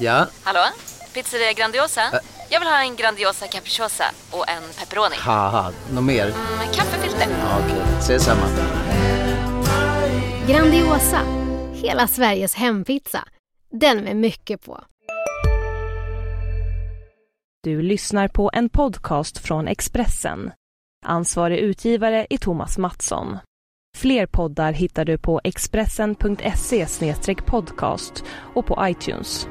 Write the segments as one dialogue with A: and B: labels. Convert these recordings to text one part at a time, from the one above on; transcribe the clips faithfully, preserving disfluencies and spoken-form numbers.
A: Ja?
B: Hallå? Pizzeria Grandiosa? Ä- Jag vill ha en Grandiosa capriciosa och en pepperoni.
A: Haha, något mer?
B: Mm, kaffefilter.
A: Ja, okej, okay. Ses samma.
C: Grandiosa, hela Sveriges hempizza. Den med mycket på.
D: Du lyssnar på en podcast från Expressen. Ansvarig utgivare är Thomas Mattsson. Fler poddar hittar du på expressen punkt se slash podcast och på iTunes.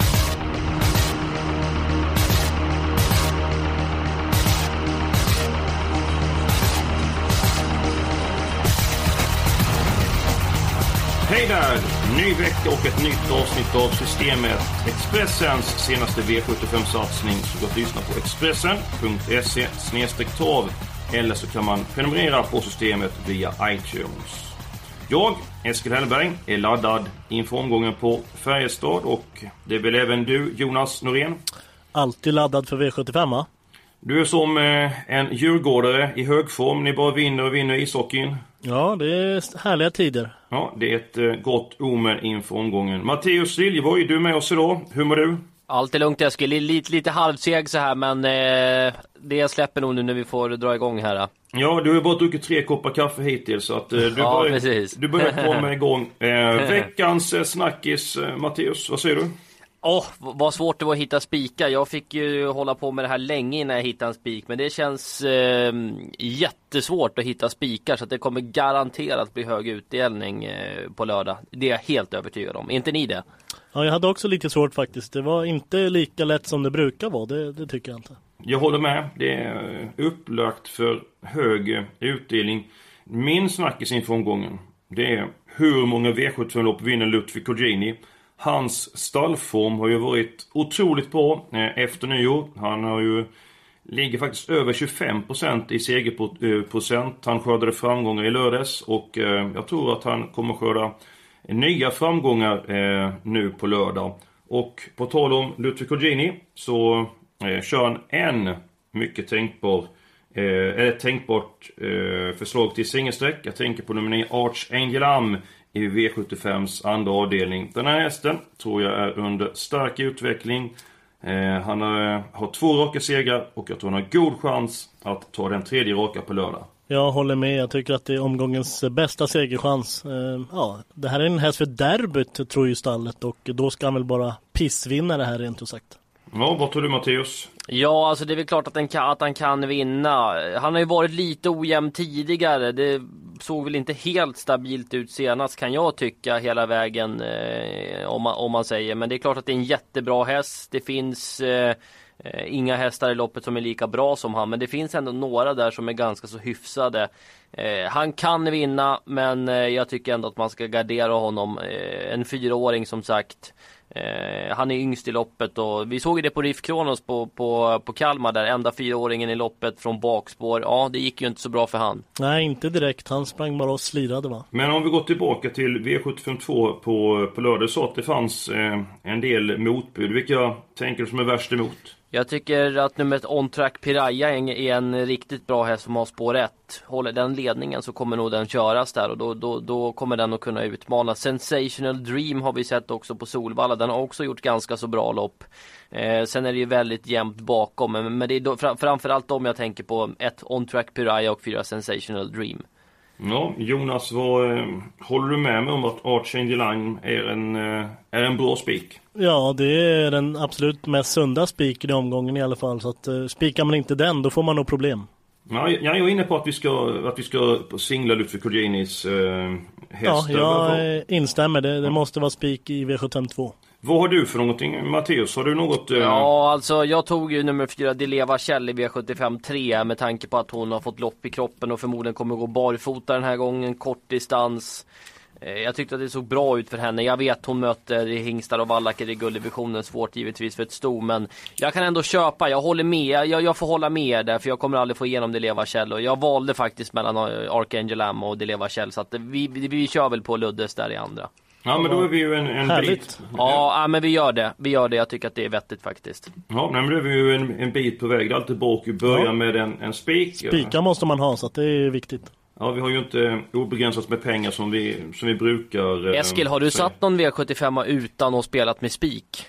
E: Hej där! Ny vecka och ett nytt avsnitt av Systemet. Expressens senaste V sjuttiofem-satsning. Så gå att lyssna på expressen punkt se slash torv. Eller så kan man prenumerera på Systemet via iTunes. Jag, Eskil Hellberg, är laddad inför omgången på Färjestad. Och det är väl även du, Jonas Norén?
F: Alltid laddad för V sjuttiofem, va?
E: Du är som eh, en djurgårdare i hög form. Ni bara vinner och vinner ishockeyn.
F: Ja, det är härliga tider.
E: Ja, det är ett eh, gott omen inför omgången. Matteus Liljeborg, du är med oss idag. Hur mår du?
G: Allt är lugnt, Eskil. Lite, lite halvseg så här, men eh, det släpper nog nu när vi får dra igång här.
E: Ja, du har bara druckit tre koppar kaffe hittills, så att eh, du,
G: ja,
E: börjar, du börjar komma igång. Eh, veckans eh, snackis, eh, Matteus, vad säger du?
G: Åh, oh, vad svårt det var att hitta spikar. Jag fick ju hålla på med det här länge innan jag hittade en spik. Men det känns eh, jättesvårt att hitta spikar. Så att det kommer garanterat bli hög utdelning eh, på lördag. Det är jag helt övertygad om. Är inte ni det?
F: Ja, jag hade också lite svårt faktiskt. Det var inte lika lätt som det brukar vara. Det, det tycker jag inte.
E: Jag håller med. Det är upplagt för hög utdelning. Min snackis inför omgången, det är hur många V sjuttiofem-lopp vinner Ludvig Kogini. Hans stallform har ju varit otroligt bra efter nyår. Han har ju ligger faktiskt över tjugofem procent i segerprocent. Han skördade framgångar i lördags och jag tror att han kommer skörda nya framgångar nu på lördag. Och på tal om Ludvig Kogini så kör han en mycket tänkbar eller tänkbart förslag till singelsträck. Jag tänker på nummer nio Archangel Am i V sjuttiofems andra avdelning. Den här hästen tror jag är under stark utveckling. Eh, han har, har två raka segrar och jag tror han har god chans att ta den tredje raka på lördag.
F: Jag håller med. Jag tycker att det är omgångens bästa segerchans. Eh, ja, det här är en häst för derbyt, tror ju stallet, och då ska han väl bara pissvinna det här, rent och sagt.
E: Ja, vad tror du, Matteus?
G: Ja, alltså det är väl klart att, den kan, att han kan vinna. Han har ju varit lite ojämn tidigare. Det såg väl inte helt stabilt ut senast, kan jag tycka, hela vägen eh, om, man, om man säger. Men det är klart att det är en jättebra häst. Det finns eh, inga hästar i loppet som är lika bra som han. Men det finns ändå några där som är ganska så hyfsade. Eh, han kan vinna, men eh, jag tycker ändå att man ska gardera honom. Eh, en fyraåring som sagt. Eh, han är yngst i loppet och vi såg det på Riff Kronos på, på, på Kalmar där, enda fyraåringen i loppet från bakspår. Ja, det gick ju inte så bra för han.
F: Nej, inte direkt. Han sprang bara och slirade, va?
E: Men om vi går tillbaka till V sjuttiofem två på, på lördag, så att det fanns eh, en del motbud. Vilka tänker du som är värst emot?
G: Jag tycker att nummer ett On Track Piraya är en riktigt bra häst som har spår ett. Håller den ledningen så kommer nog den köras där och då, då, då kommer den att kunna utmana. Sensational Dream har vi sett också på Solvalla. Den har också gjort ganska så bra lopp. Eh, sen är det ju väldigt jämnt bakom. Men, men det är då, fram, framförallt om jag tänker på ett On Track Piraya och fyra Sensational Dream.
E: Ja, Jonas, vad, eh, håller du med mig om att Archangel Am är en, eh, är en bra spik?
F: Ja, det är den absolut mest sunda spiken i omgången i alla fall. Så att uh, spikar man inte den, då får man nog problem.
E: Ja, jag är inne på att vi ska, att vi ska singla Ludvig Koginis eh, hästar.
F: Ja, jag instämmer. Det, det måste vara spik i V sjuttiofem två.
E: Vad har du för någonting, Matteus? Har du något... Eh...
G: Ja, alltså jag tog ju nummer fyra Deleva Kjell i V sjuttiofem tre med tanke på att hon har fått lopp i kroppen och förmodligen kommer gå barfota den här gången, kort distans. Jag tyckte att det såg bra ut för henne. Jag vet hon möter hingstar och vallacker i gulddivisionen, svårt givetvis för ett sto, men jag kan ändå köpa, jag håller med, jag, jag får hålla med där för jag kommer aldrig få igenom Deleva Kjell och jag valde faktiskt mellan Archangel Am och Deleva Kjell, så att vi, vi, vi kör väl på Luddes där i andra.
E: Ja, men då är vi ju en, en bit.
G: Ja, ja, men vi gör det. Vi gör det. Jag tycker att det är vettigt faktiskt.
E: Ja, men då är vi ju en, en bit på väg. Det är alltid bra att börja ja. med en, en spik.
F: Spikar måste man ha, så att det är viktigt.
E: Ja, vi har ju inte obegränsat med pengar som vi, som vi brukar.
G: Eskil, har du
E: säga.
G: satt någon V sjuttiofem utan att spelat med spik?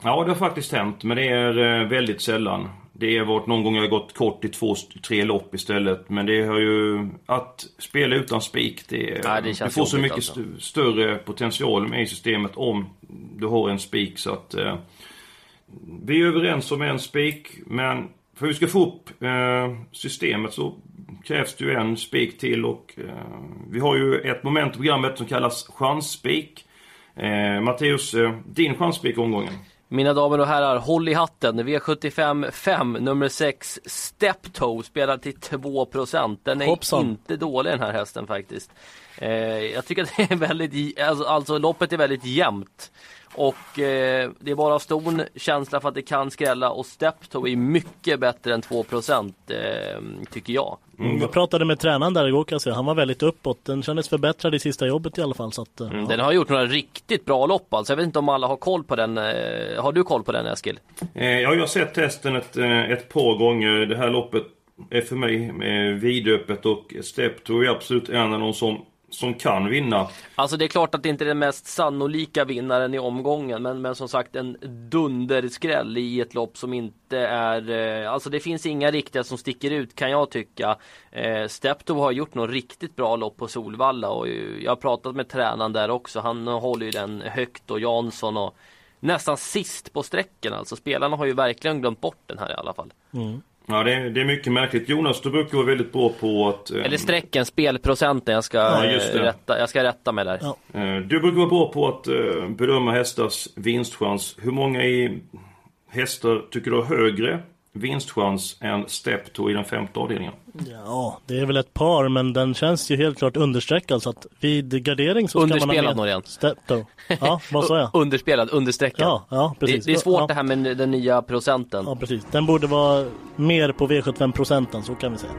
E: Ja, det har faktiskt hänt, men det är väldigt sällan. Det har varit någon gång jag har gått kort i två, tre lopp istället. Men det har ju, att spela utan spik, det,
G: Nej, det
E: du får så mycket
G: alltså.
E: st- större potential med i systemet om du har en spik. Så att eh, vi är överens om en spik, men för att vi ska få upp eh, systemet så krävs det ju en spik till. Och eh, vi har ju ett moment i programmet som kallas chansspik. Eh, Matteus, eh, din chansspik omgången.
G: Mina damer och herrar, håll i hatten. V sjuttiofem fem, nummer sex, Steptoe, spelar till två procent. Den är
F: Hoppsan.
G: inte dålig, den här hästen faktiskt. Eh, jag tycker att det är väldigt, alltså, alltså loppet är väldigt jämnt. Och eh, det är bara stor känsla för att det kan skrälla. Och Steptoe är mycket bättre än två procent, eh, tycker jag.
F: Mm. Jag pratade med tränaren där igår, kan jag säga. Han var väldigt uppåt. Den kändes förbättrad i sista jobbet i alla fall. Så att,
G: mm,
F: ja.
G: Den har gjort några riktigt bra lopp. Alltså. Jag vet inte om alla har koll på den. Eh, har du koll på den, Eskil?
E: Eh, ja, jag har sett testen ett, ett par gånger. Det här loppet är för mig eh, vidöppet. Och Steptoe är absolut en av de som som kan vinna.
G: Alltså det är klart att det inte är den mest sannolika vinnaren i omgången, men, men som sagt en dunderskräll i ett lopp som inte är, eh, alltså det finns inga riktiga som sticker ut, kan jag tycka. eh, Steptoe har gjort något riktigt bra lopp på Solvalla, och jag har pratat med tränaren där också. Han håller ju den högt, och Jansson och nästan sist på sträcken. Alltså spelarna har ju verkligen glömt bort den här i alla fall.
F: Mm.
E: Ja, det är, det är mycket märkligt. Jonas, du brukar vara väldigt bra på att... Eh,
G: Eller sträcken, spelprocenten, jag ska,
E: Ja, just det.
G: rätta, jag ska rätta mig där.
F: Ja.
E: eh, du brukar vara bra på att eh, bedöma hästars vinstchans. Hur många i hästar tycker du har högre vinstchans än Steptoe i den femte avdelningen?
F: Ja, det är väl ett par, men den känns ju helt klart understräckad, så att vid gardering så ska man ha
G: Underspelad,
F: med
G: Norén.
F: Steptoe. Ja, vad sa jag?
G: Underspelad, understreckad.
F: Ja, ja,
G: Det,
F: precis.
G: det är svårt
F: ja.
G: det här med den nya procenten.
F: Ja, precis. Den borde vara mer på V sjuttiofem procenten, så kan vi säga.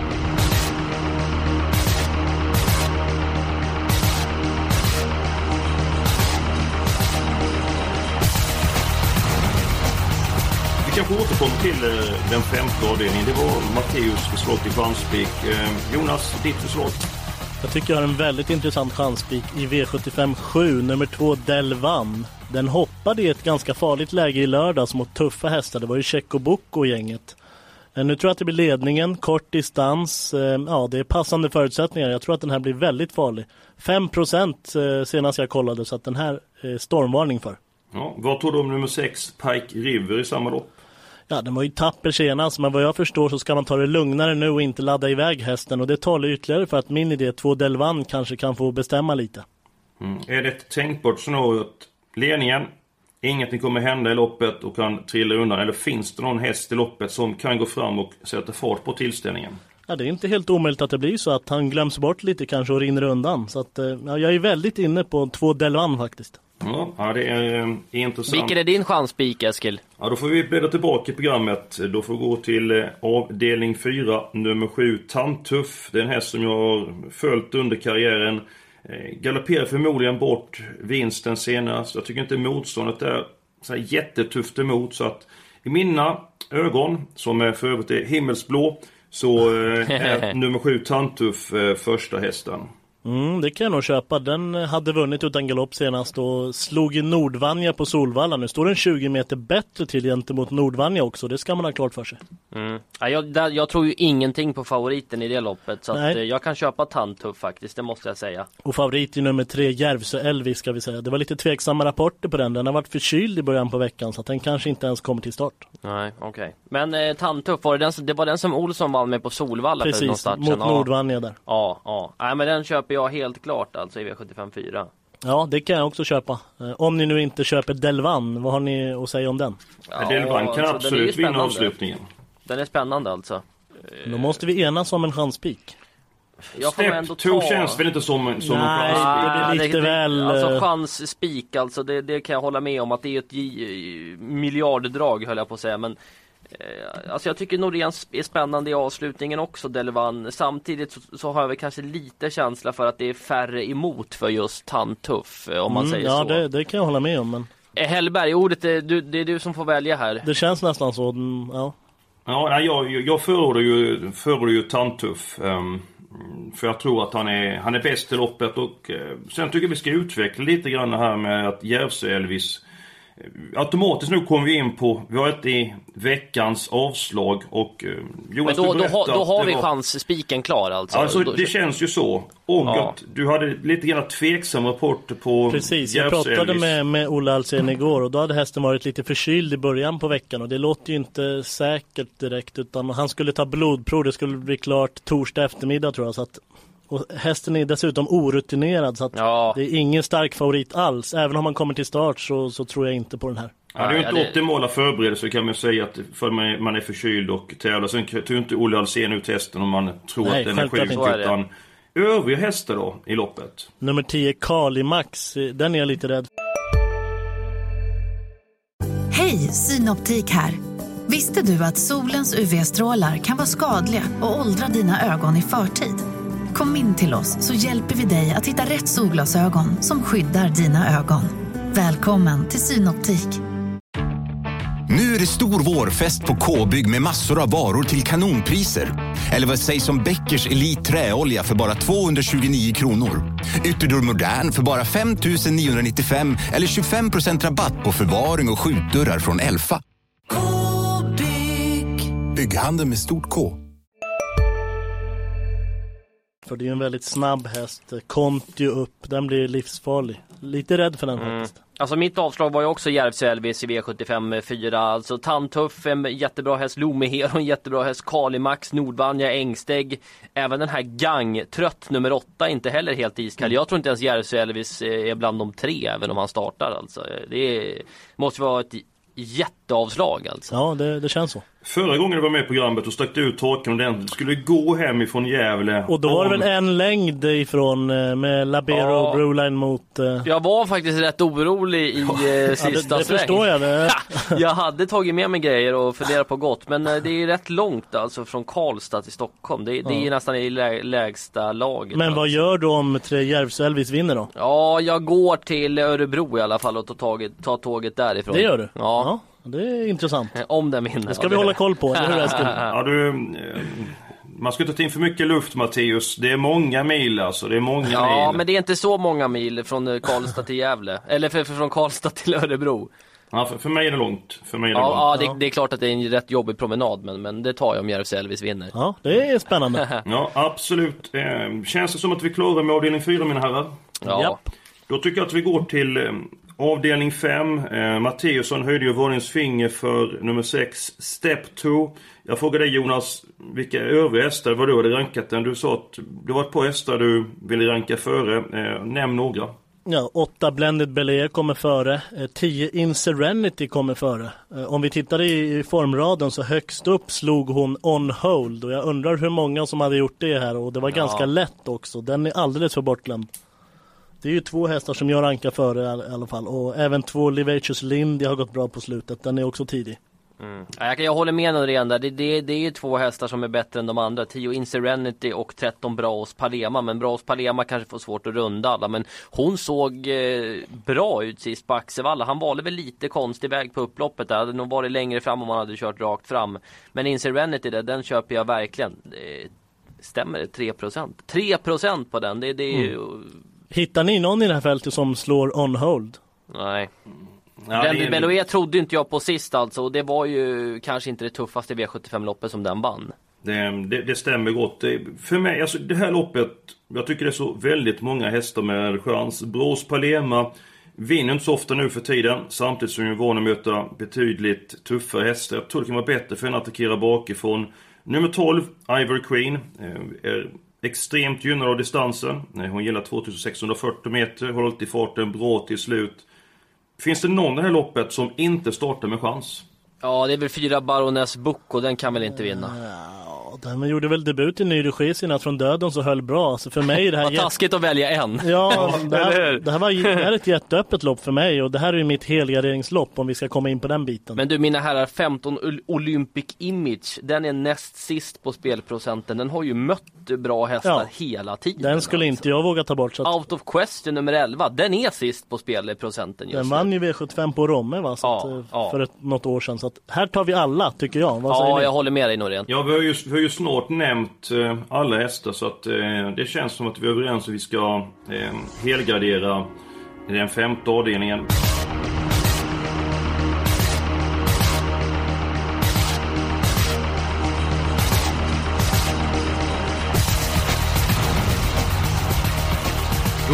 E: Vi kanske återkommer till eh, den femte avdelningen. Det var Matteus förslag till chanspik. Eh, Jonas, ditt förslag?
F: Jag tycker jag har en väldigt intressant chanspik i V sjuttiofem sju, nummer två Delvan. Den hoppade i ett ganska farligt läge i lördags mot tuffa hästar. Det var ju Checo Bocco gänget. Nu tror jag att det blir ledningen, kort distans. Ja, det är passande förutsättningar. Jag tror att den här blir väldigt farlig. fem procent senast jag kollade, så att den här är stormvarning för.
E: Ja, vad tog du om nummer sex Pike River i samma lopp?
F: Ja, den var ju tapper senast, men vad jag förstår så ska man ta det lugnare nu och inte ladda iväg hästen. Och det talar ytterligare för att min idé två Delvan kanske kan få bestämma lite.
E: Mm. Är det ett tänkbart scenario att ledningen, ingenting kommer hända i loppet och kan trilla undan? Eller finns det någon häst i loppet som kan gå fram och sätta fart på tillställningen?
F: Ja, det är inte helt omöjligt att det blir så att han glöms bort lite kanske och rinner undan. Så att, ja, jag är väldigt inne på två Delvan faktiskt.
E: Ja, det är eh, intressant.
G: Vilken är din chanspik, Eskil?
E: Ja, då får vi bläddra tillbaka i programmet. Då får vi gå till eh, avdelning fyra, nummer sju Tantuff. Det är en häst som jag har följt under karriären. Eh, galopperar förmodligen bort vinsten senast. Jag tycker inte motståndet är så här jättetufft emot. Så att i mina ögon, som är för övrigt är himmelsblå, så eh, är nummer sju Tantuff eh, första hästen.
F: Mm, det kan jag nog köpa. Den hade vunnit utan galopp senast och slog i Nordvanja på Solvalla. Nu står den tjugo meter bättre till gentemot Nordvanja också. Det ska man ha klart för sig.
G: Mm. Ja, jag, där, jag tror ju ingenting på favoriten i det loppet. Så att, eh, jag kan köpa Tantuff faktiskt, det måste jag säga.
F: Och favorit i nummer tre Järvsö Elvis ska vi säga. Det var lite tveksamma rapporter på den. Den har varit förkyld i början på veckan, så att den kanske inte ens kommer till start.
G: Nej, okej. Okay. Men eh, Tantuff, var det, den, det var den som Olsson vann med på Solvalla?
F: Precis,
G: för någon start
F: mot
G: sedan.
F: Nordvanja där.
G: Ja, ja. Nej, men den köper jag helt klart alltså i V sjuttiofem fyra.
F: Ja, det kan jag också köpa. Om ni nu inte köper Delvan, vad har ni att säga om den?
E: Ja, Delvan kan alltså, absolut vinna avslutningen.
G: Den är spännande alltså.
F: Då måste vi enas om en chanspik.
G: Jag får ändå
E: Step
G: ta...
E: känns väl inte som, som
F: Nej,
E: en chanspik.
F: det blir lite
G: det,
F: väl...
G: Alltså chansspik, alltså det, det kan jag hålla med om att det är ett miljarddrag, höll jag på att säga. Men eh, alltså jag tycker Norén är spännande i avslutningen också, Delvan. Samtidigt så, så har jag väl kanske lite känsla för att det är färre emot för just Tantuff, om man
F: mm,
G: säger
F: ja,
G: så.
F: Ja, det, det kan jag hålla med om. Men...
G: Hellberg, ordet är, du, det är du som får välja här.
F: Det känns nästan så, ja.
E: Ja, jag, jag förordar ju, förordar ju Tantuff. Um, för jag tror att han är, han är bäst i loppet. Och uh, sen tycker jag vi ska utveckla lite grann här med att Järvsö Elvis Automatiskt nu kommer vi in på, vi har ett i veckans avslag och eh, Jonas,
G: men då,
E: du
G: då, har, då har vi
E: var...
G: chansspiken klar alltså.
E: Alltså
G: då...
E: det känns ju så. Och
G: ja.
E: att du hade lite grann tveksam rapport på
F: Precis, jag
E: Järvs
F: pratade
E: Elvis.
F: med, med Olle Alsen igår och då hade hästen varit lite förkyld i början på veckan och det låter ju inte säkert direkt, utan han skulle ta blodprov, det skulle bli klart torsdag eftermiddag tror jag, så att, och hästen är dessutom orutinerad så att ja. det är ingen stark favorit alls. Även om man kommer till start så, så tror jag inte på den här.
E: Ja, det är ju inte optimala förberedelser kan man säga, att för man är förkyld och tävlar. Sen tror inte Olle Alsen ut hästen om man tror Nej, att den är sjuk, utan övriga hästar då i loppet.
F: Nummer tio Kalimax, den är jag lite rädd.
H: Hej, Synoptik här. Visste du att solens U V-strålar kan vara skadliga och åldra dina ögon i förtid? Kom in till oss så hjälper vi dig att hitta rätt solglasögon som skyddar dina ögon. Välkommen till Synoptik.
I: Nu är det stor vårfest på K-bygg med massor av varor till kanonpriser. Eller vad sägs om Bäckers Elite träolja för bara tvåhundratjugonio kronor. Ytterdörr Modern för bara fem tusen niohundranittiofem eller tjugofem procent rabatt på förvaring och skjutdörrar från Elfa. K-bygg. Bygghandel med stort K.
F: För det är en väldigt snabb häst. Konti upp, den blir livsfarlig. Lite rädd för den
G: mm.
F: faktiskt.
G: Alltså mitt avslag var ju också Järvs Elvis i V sjuttiofem fyra. Alltså Tandtuff, en jättebra häst, Lomehero, en jättebra häst, Kalimax, Nordvanja, Ängsteg. Även den här Gang, trött nummer åtta, inte heller helt iskall. Mm. Jag tror inte ens Järvs Elvis är bland de tre, även om han startar. Alltså. Det är, måste vara ett jätteavslag alltså.
F: Ja, det, det känns så.
E: Förra gången du var med i programmet och stack ut torken och den skulle gå hem ifrån Gävle.
F: Och då var det väl en längd ifrån med Labero
G: ja.
F: och Broline mot... Uh...
G: Jag var faktiskt rätt orolig i uh, sista
F: ja, det, det
G: sväng.
F: förstår jag det.
G: Jag hade tagit med mig grejer och funderat på gott. Men uh, det är rätt långt alltså från Karlstad till Stockholm. Det, det är ja. nästan i lä- lägsta laget.
F: Men
G: alltså.
F: Vad gör du om tre Järvs Elvis vinner då?
G: Ja, jag går till Örebro i alla fall och tar, taget, tar tåget därifrån.
F: Det gör du?
G: Ja.
F: ja. Det är intressant.
G: Om den vinner.
F: Det ska vi hålla koll på.
E: ja, du, man ska inte ta in för mycket luft, Matteus. Det är många mil alltså. Det är många
G: ja,
E: mil.
G: men det är inte så många mil från Karlstad till Gävle. Eller för, för, från Karlstad till Örebro.
E: Ja, för, för mig är det långt. För mig är det
G: ja,
E: långt.
G: Ja, det, det är klart att det är en rätt jobbig promenad. Men, men det tar jag om Järvs Elvis vinner.
F: Ja, det är spännande.
E: ja, absolut. Eh, känns det som att vi klarar med avdelning fyra, mina herrar?
G: Ja.
F: Japp.
E: Då tycker jag att vi går till... Eh, avdelning fem, eh, Matteusson höjde ju varningens finger för nummer sex, Step två. Jag frågade dig, Jonas, vilka övriga hästar var du hade rankat den? Du sa att det var ett par hästar du ville ranka före. Eh, nämn några.
F: Ja, åtta Blended Belair kommer före. Eh, tio Inserenity kommer före. Eh, om vi tittar i, i formraden så högst upp slog hon On Hold. Och jag undrar hur många som hade gjort det här. Och det var ja. ganska lätt också. Den är alldeles för bortglömd. Det är ju två hästar som jag rankar före i alla fall. Och även två Livacious Lindy har gått bra på slutet. Den är också tidig.
G: Mm. Jag, jag håller med Norén där. Det, det, det är ju två hästar som är bättre än de andra. tio Inserenity och tretton Braos Palema. Men Braos Palema kanske får svårt att runda alla. Men hon såg eh, bra ut sist på Axevalla. Han valde väl lite konstig väg på upploppet. Det hade nog varit längre fram om han hade kört rakt fram. Men Inserenity där, den köper jag verkligen. Det, stämmer det? tre procent? tre procent på den. Det, det är ju... Mm.
F: Hittar ni någon i det här fältet som slår On Hold?
G: Nej.
E: Ja,
G: Blended en... Belair trodde inte jag på sist alltså. Och det var ju kanske inte det tuffaste V sjuttiofem-loppet som den vann.
E: Det, det, det stämmer gott. Det, för mig, alltså det här loppet, jag tycker det är så väldigt många hästar med chans. Braos Palema vinner inte så ofta nu för tiden. Samtidigt som vi är vana att möta betydligt tuffare hästar. Jag tror det kan vara bättre för en att attackera bakifrån. Nummer tolv, Ivory Queen, är extremt gynnad av distansen. Hon gillar tvåtusensexhundrafyrtio meter, har hållit i farten bra till slut. Finns det någon i det här loppet som inte startar med chans?
G: Ja, det är väl fyra Baroness Book och den kan väl inte vinna.
F: Ja, den gjorde väl debut i ny regi senast från döden så höll bra. Så för mig är det här...
G: Vad taskigt att välja en.
F: Ja, det här, det här var det här är ett jätteöppet lopp för mig. Och det här är ju mitt helgarderingslopp om vi ska komma in på den biten.
G: Men du, mina herrar, femton Olympic Image, den är näst sist på spelprocenten. Den har ju mött bra hästar ja, hela tiden.
F: Den skulle alltså inte jag våga ta bort. Så att...
G: Out of Question nummer elva, den är sist på spelprocenten just.
F: Den vann ju V sjuttiofem på Romme va? Så
G: ja,
F: att,
G: ja.
F: För ett, något år sedan. Så att här tar vi alla, tycker jag. Vad
G: ja,
F: säger
G: jag håller med dig Norén.
E: Ja, vi har ju, vi har ju snart nämnt eh, alla hästar. Så att eh, det känns som att vi är överens att vi ska eh, helgradera den femte avdelningen.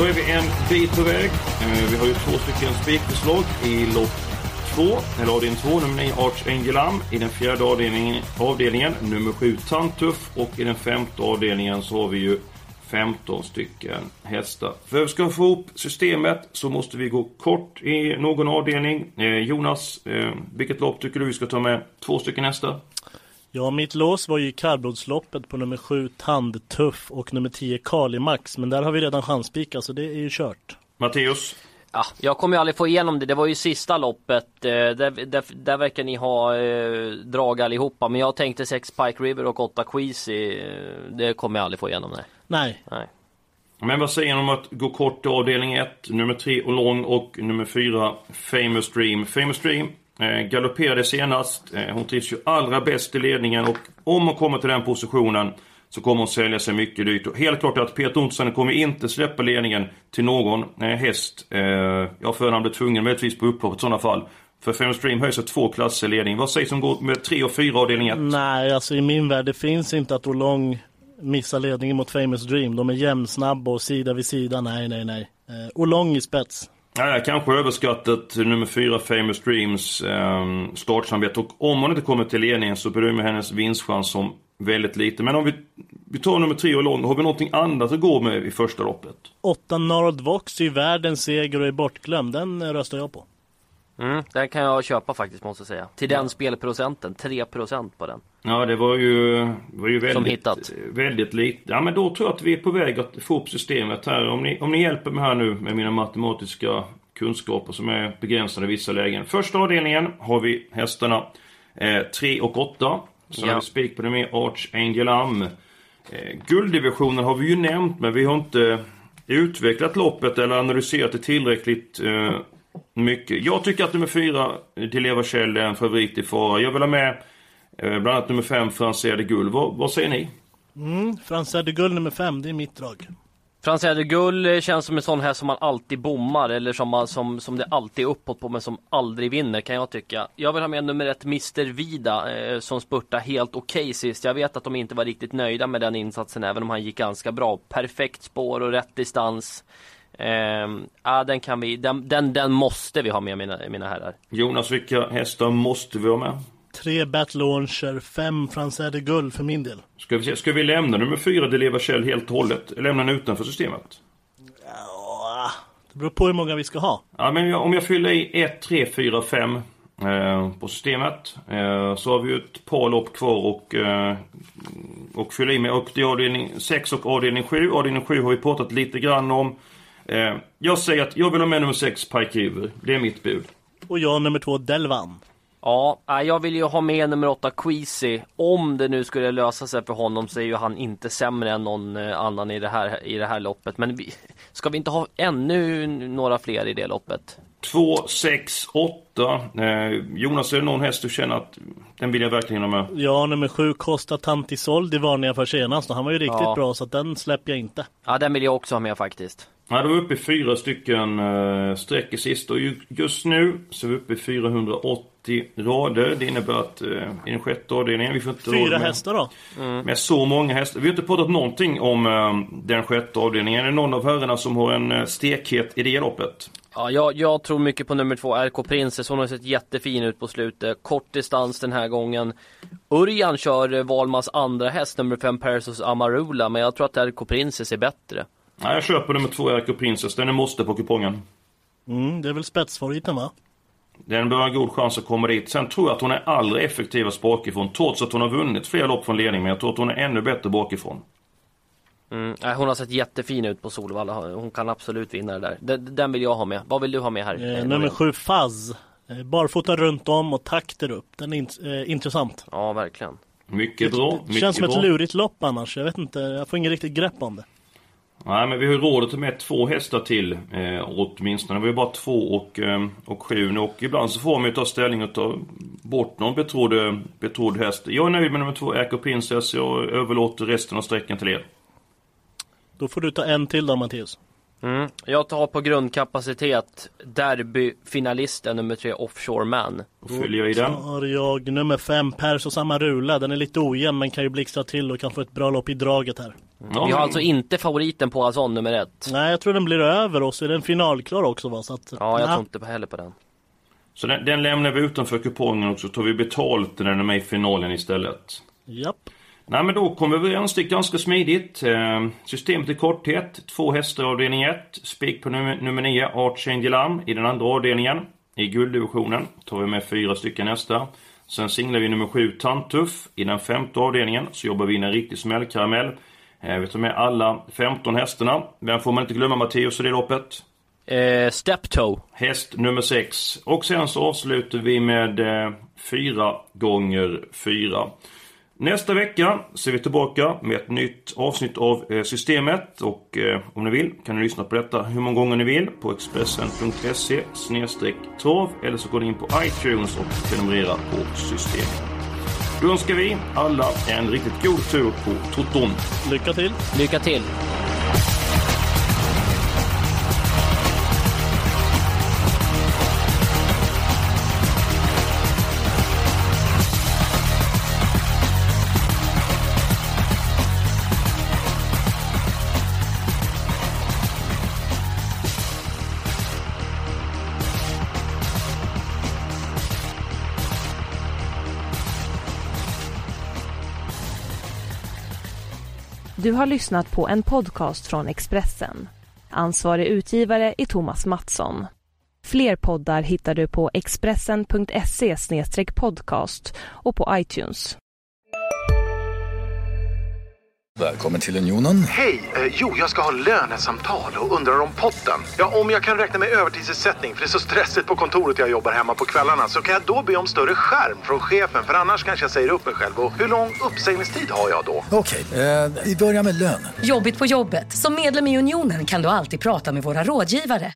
E: är vi en bit på väg. Vi har ju två stycken spikförslag i lopp två, eller avdelning två, nummer nio Arch Engelam. I den fjärde avdelningen, avdelningen nummer sju Tantuff, och i den femte avdelningen så har vi ju femton stycken hästar. För att vi ska få ihop systemet så måste vi gå kort i någon avdelning. Eh, Jonas, eh, vilket lopp tycker du vi ska ta med två stycken hästar?
F: Ja, mitt lås var ju kallblodsloppet på nummer sju Tandtuff och nummer tio Kalimax, men där har vi redan chanspika så det är ju kört.
E: Matteus?
G: Ja, jag kommer ju aldrig få igenom det. Det var ju sista loppet. Eh, där, där, där verkar ni ha eh, drag allihopa. Men jag tänkte sex Pike River och åtta Queasy. Eh, det kommer jag aldrig få igenom. Nej.
F: Nej.
G: nej.
E: Men vad säger ni om att gå kort i avdelning ett, nummer tre och lång och nummer fyra Famous Dream? Famous Dream eh, galopperade senast. Eh, hon trivs ju allra bäst i ledningen, och om hon kommer till den positionen så kommer hon sälja sig mycket dyrt. Och helt klart att Peter Olsson kommer inte släppa ledningen till någon eh, häst. Eh, jag för han blir tvungen möjligtvis på upploppet i sådana fall. För Famous Dream höjs två klasser ledning. Vad sägs om går med tre och fyra avdelning ett?
F: Nej, alltså i min värld det finns inte att Olong missar ledningen mot Famous Dream. De är jämnsnabba och sida vid sida. Nej, nej, nej. Eh, Olong i spets.
E: Nej, kanske överskattat nummer fyra Famous Dreams eh, startsamarbete. Och om hon inte kommer till ledningen så bedömer hennes vinstchans som väldigt lite. Men om vi, vi tar nummer tre och lång, har vi någonting annat att gå med i första loppet?
F: Åtta Gnarled Vox i världens seger och är bortglömd. Den röstar jag på.
G: Mm, den kan jag köpa faktiskt, måste jag säga. Till den ja. spelprocenten, tre procent på den.
E: Ja, det var ju, var ju väldigt,
G: som hittat.
E: väldigt lite. Ja, men då tror jag att vi är på väg att få upp systemet här. Om ni, om ni hjälper mig här nu med mina matematiska kunskaper som är begränsade i vissa lägen. Första avdelningen har vi hästarna eh, tre och åtta. Så ja. har vi spik på det med Arch Engelam. Eh, gulddivisionen har vi ju nämnt, men vi har inte utvecklat loppet eller analyserat det tillräckligt eh, mycket. Jag tycker att nummer fyra Deleva Kjell är en favorit i fara. Jag vill ha med eh, bland annat nummer fem Franzia de Gull. Vad, vad säger ni?
F: Mm, Franzia de Gull nummer fem, det är mitt drag.
G: Franzia de Gull känns som en sån här som man alltid bommar, eller som, man, som, som det alltid är uppåt på men som aldrig vinner, kan jag tycka. Jag vill ha med nummer ett mister Vida eh, som spurtar helt okej okay sist. Jag vet att de inte var riktigt nöjda med den insatsen även om han gick ganska bra. Perfekt spår och rätt distans. Eh, ja, den, kan vi, den, den, den måste vi ha med, mina, mina herrar.
E: Jonas, vilka hästar måste vi ha med?
F: Tre Battle Launcher, fem Franzia de Gull för min del.
E: Ska vi, se, ska vi lämna nummer fyra Deleva Kjell helt och hållet? Lämna den utanför systemet?
F: Ja, det beror på hur många vi ska ha.
E: Ja, men om jag fyller i ett, tre, fyra, fem eh, på systemet eh, så har vi ju ett par lopp kvar och, eh, och fylla i med. Och det är avdelning sex och avdelning sju. Avdelning sju har vi pratat lite grann om. Eh, jag säger att jag vill ha med nummer sex Pike River. Det är mitt bud.
F: Och jag nummer två Delvan.
G: Ja, jag vill ju ha med nummer åtta Queasy. Om det nu skulle lösa sig för honom så är ju han inte sämre än någon annan i det här, i det här loppet. Men vi, ska vi inte ha ännu några fler i det loppet?
E: två, sex, åtta. Eh, Jonas, är det någon häst du känner att den vill jag verkligen ha med?
F: Ja, nummer sju Costa Tantisol, det var när jag för senast. Han var ju riktigt
G: ja.
F: bra så att den släpper jag inte.
G: Ja, den vill jag också ha med faktiskt.
E: Ja, då är vi uppe i fyra stycken uh, streck i sist. Och just nu så är vi uppe i fyrahundraåttio rader. Det innebär att uh, i den sjätte avdelningen vi får inte
F: Fyra
E: med,
F: hästar då?
E: Mm. Med så många hästar. Vi har inte pratat någonting om uh, den sjätte avdelningen. Är det någon av herrarna som har en uh, stekhet i det loppet?
G: Ja, jag, jag tror mycket på nummer två, R K Princess. Hon har sett jättefin ut på slutet. Kort distans den här gången. Örjan kör Valmas andra häst, nummer fem Persos Amarula. Men jag tror att R K Princess är bättre.
E: Ja, jag köper nummer två R K Princess. Den är måste på kupongen.
F: Mm, det är väl spetsfavoriten, va?
E: Den bör ha en god chans att komma dit. Sen tror jag att hon är allra effektivast bakifrån. Trots att hon har vunnit flera lopp från ledning. Men jag tror att hon är ännu bättre bakifrån.
G: Mm, hon har sett jättefin ut på Solvalla. Hon kan absolut vinna det där. Den, den vill jag ha med. Vad vill du ha med här?
F: Eh, nummer sju Fazz. Eh, barfota runt om och takter upp. Den är int- eh, intressant.
G: Ja, verkligen.
E: Mycket bra.
F: Det, det
E: mycket
F: känns som
E: bra.
F: ett lurigt lopp annars. Jag vet inte. Jag får ingen riktigt grepp om det.
E: Nej, men vi har rådet med två hästar till eh, åtminstone. Vi har bara två och, eh, och sju. Och ibland så får man ju ta ställning och ta bort någon betrodd, betrodd häst. Jag är nöjd med nummer två R K Princess. Jag överlåter resten av sträckan till er.
F: Då får du ta en till då, Mattias.
G: Mm. Jag tar på grundkapacitet derbyfinalisten nummer tre Offshore Man.
E: Då följer jag i den.
F: Så har jag nummer fem Persos Amarula. Den är lite ojämn men kan ju blixtra till och kan få ett bra lopp i draget här.
G: Ja, vi har alltså inte favoriten på Azon nummer ett.
F: Nej, jag tror den blir över oss. Är den finalklar också, va? Så att,
G: ja, jag
F: ja.
G: tror inte heller på den.
E: Så den, den lämnar vi utanför kupongen och så tar vi betalt när den är med i finalen istället.
F: Japp.
E: Nej, men då kommer vi överens ganska smidigt. Eh, systemet i korthet. Två hästar i avdelning ett. Spik på nummer, nummer nio, Archangel Am i den andra avdelningen. I gulddivisionen tar vi med fyra stycken hästar. Sen singlar vi nummer sju, Tantuff. I den femte avdelningen så jobbar vi in en riktig smällkaramell. Eh, vi tar med alla femton hästarna. Vem får man inte glömma, Matteus, i det loppet?
G: Eh, Steptoe.
E: Häst nummer sex. Och sen så avslutar vi med eh, fyra gånger fyra. Nästa vecka så är vi tillbaka med ett nytt avsnitt av eh, systemet. Och eh, om ni vill kan ni lyssna på detta hur många gånger ni vill på expressen punkt se snedstreck trav. Eller så går ni in på iTunes och prenumerera på systemet. Då önskar vi alla en riktigt god tur på Toton.
F: Lycka till.
G: Lycka till.
D: Du har lyssnat på en podcast från Expressen. Ansvarig utgivare är Thomas Mattsson. Fler poddar hittar du på expressen punkt se snedstreck podcast och på iTunes.
J: Välkommen till Unionen.
K: Hej, eh, jo jag ska ha lönesamtal och undrar om potten. Ja, om jag kan räkna med övertidsersättning för det är så stressigt på kontoret jag jobbar hemma på kvällarna, så kan jag då be om större skärm från chefen, för annars kanske jag säger upp mig själv. Och hur lång uppsägningstid har jag då?
J: Okej, eh, vi börjar med lön.
L: Jobbigt på jobbet. Som medlem i Unionen kan du alltid prata med våra rådgivare.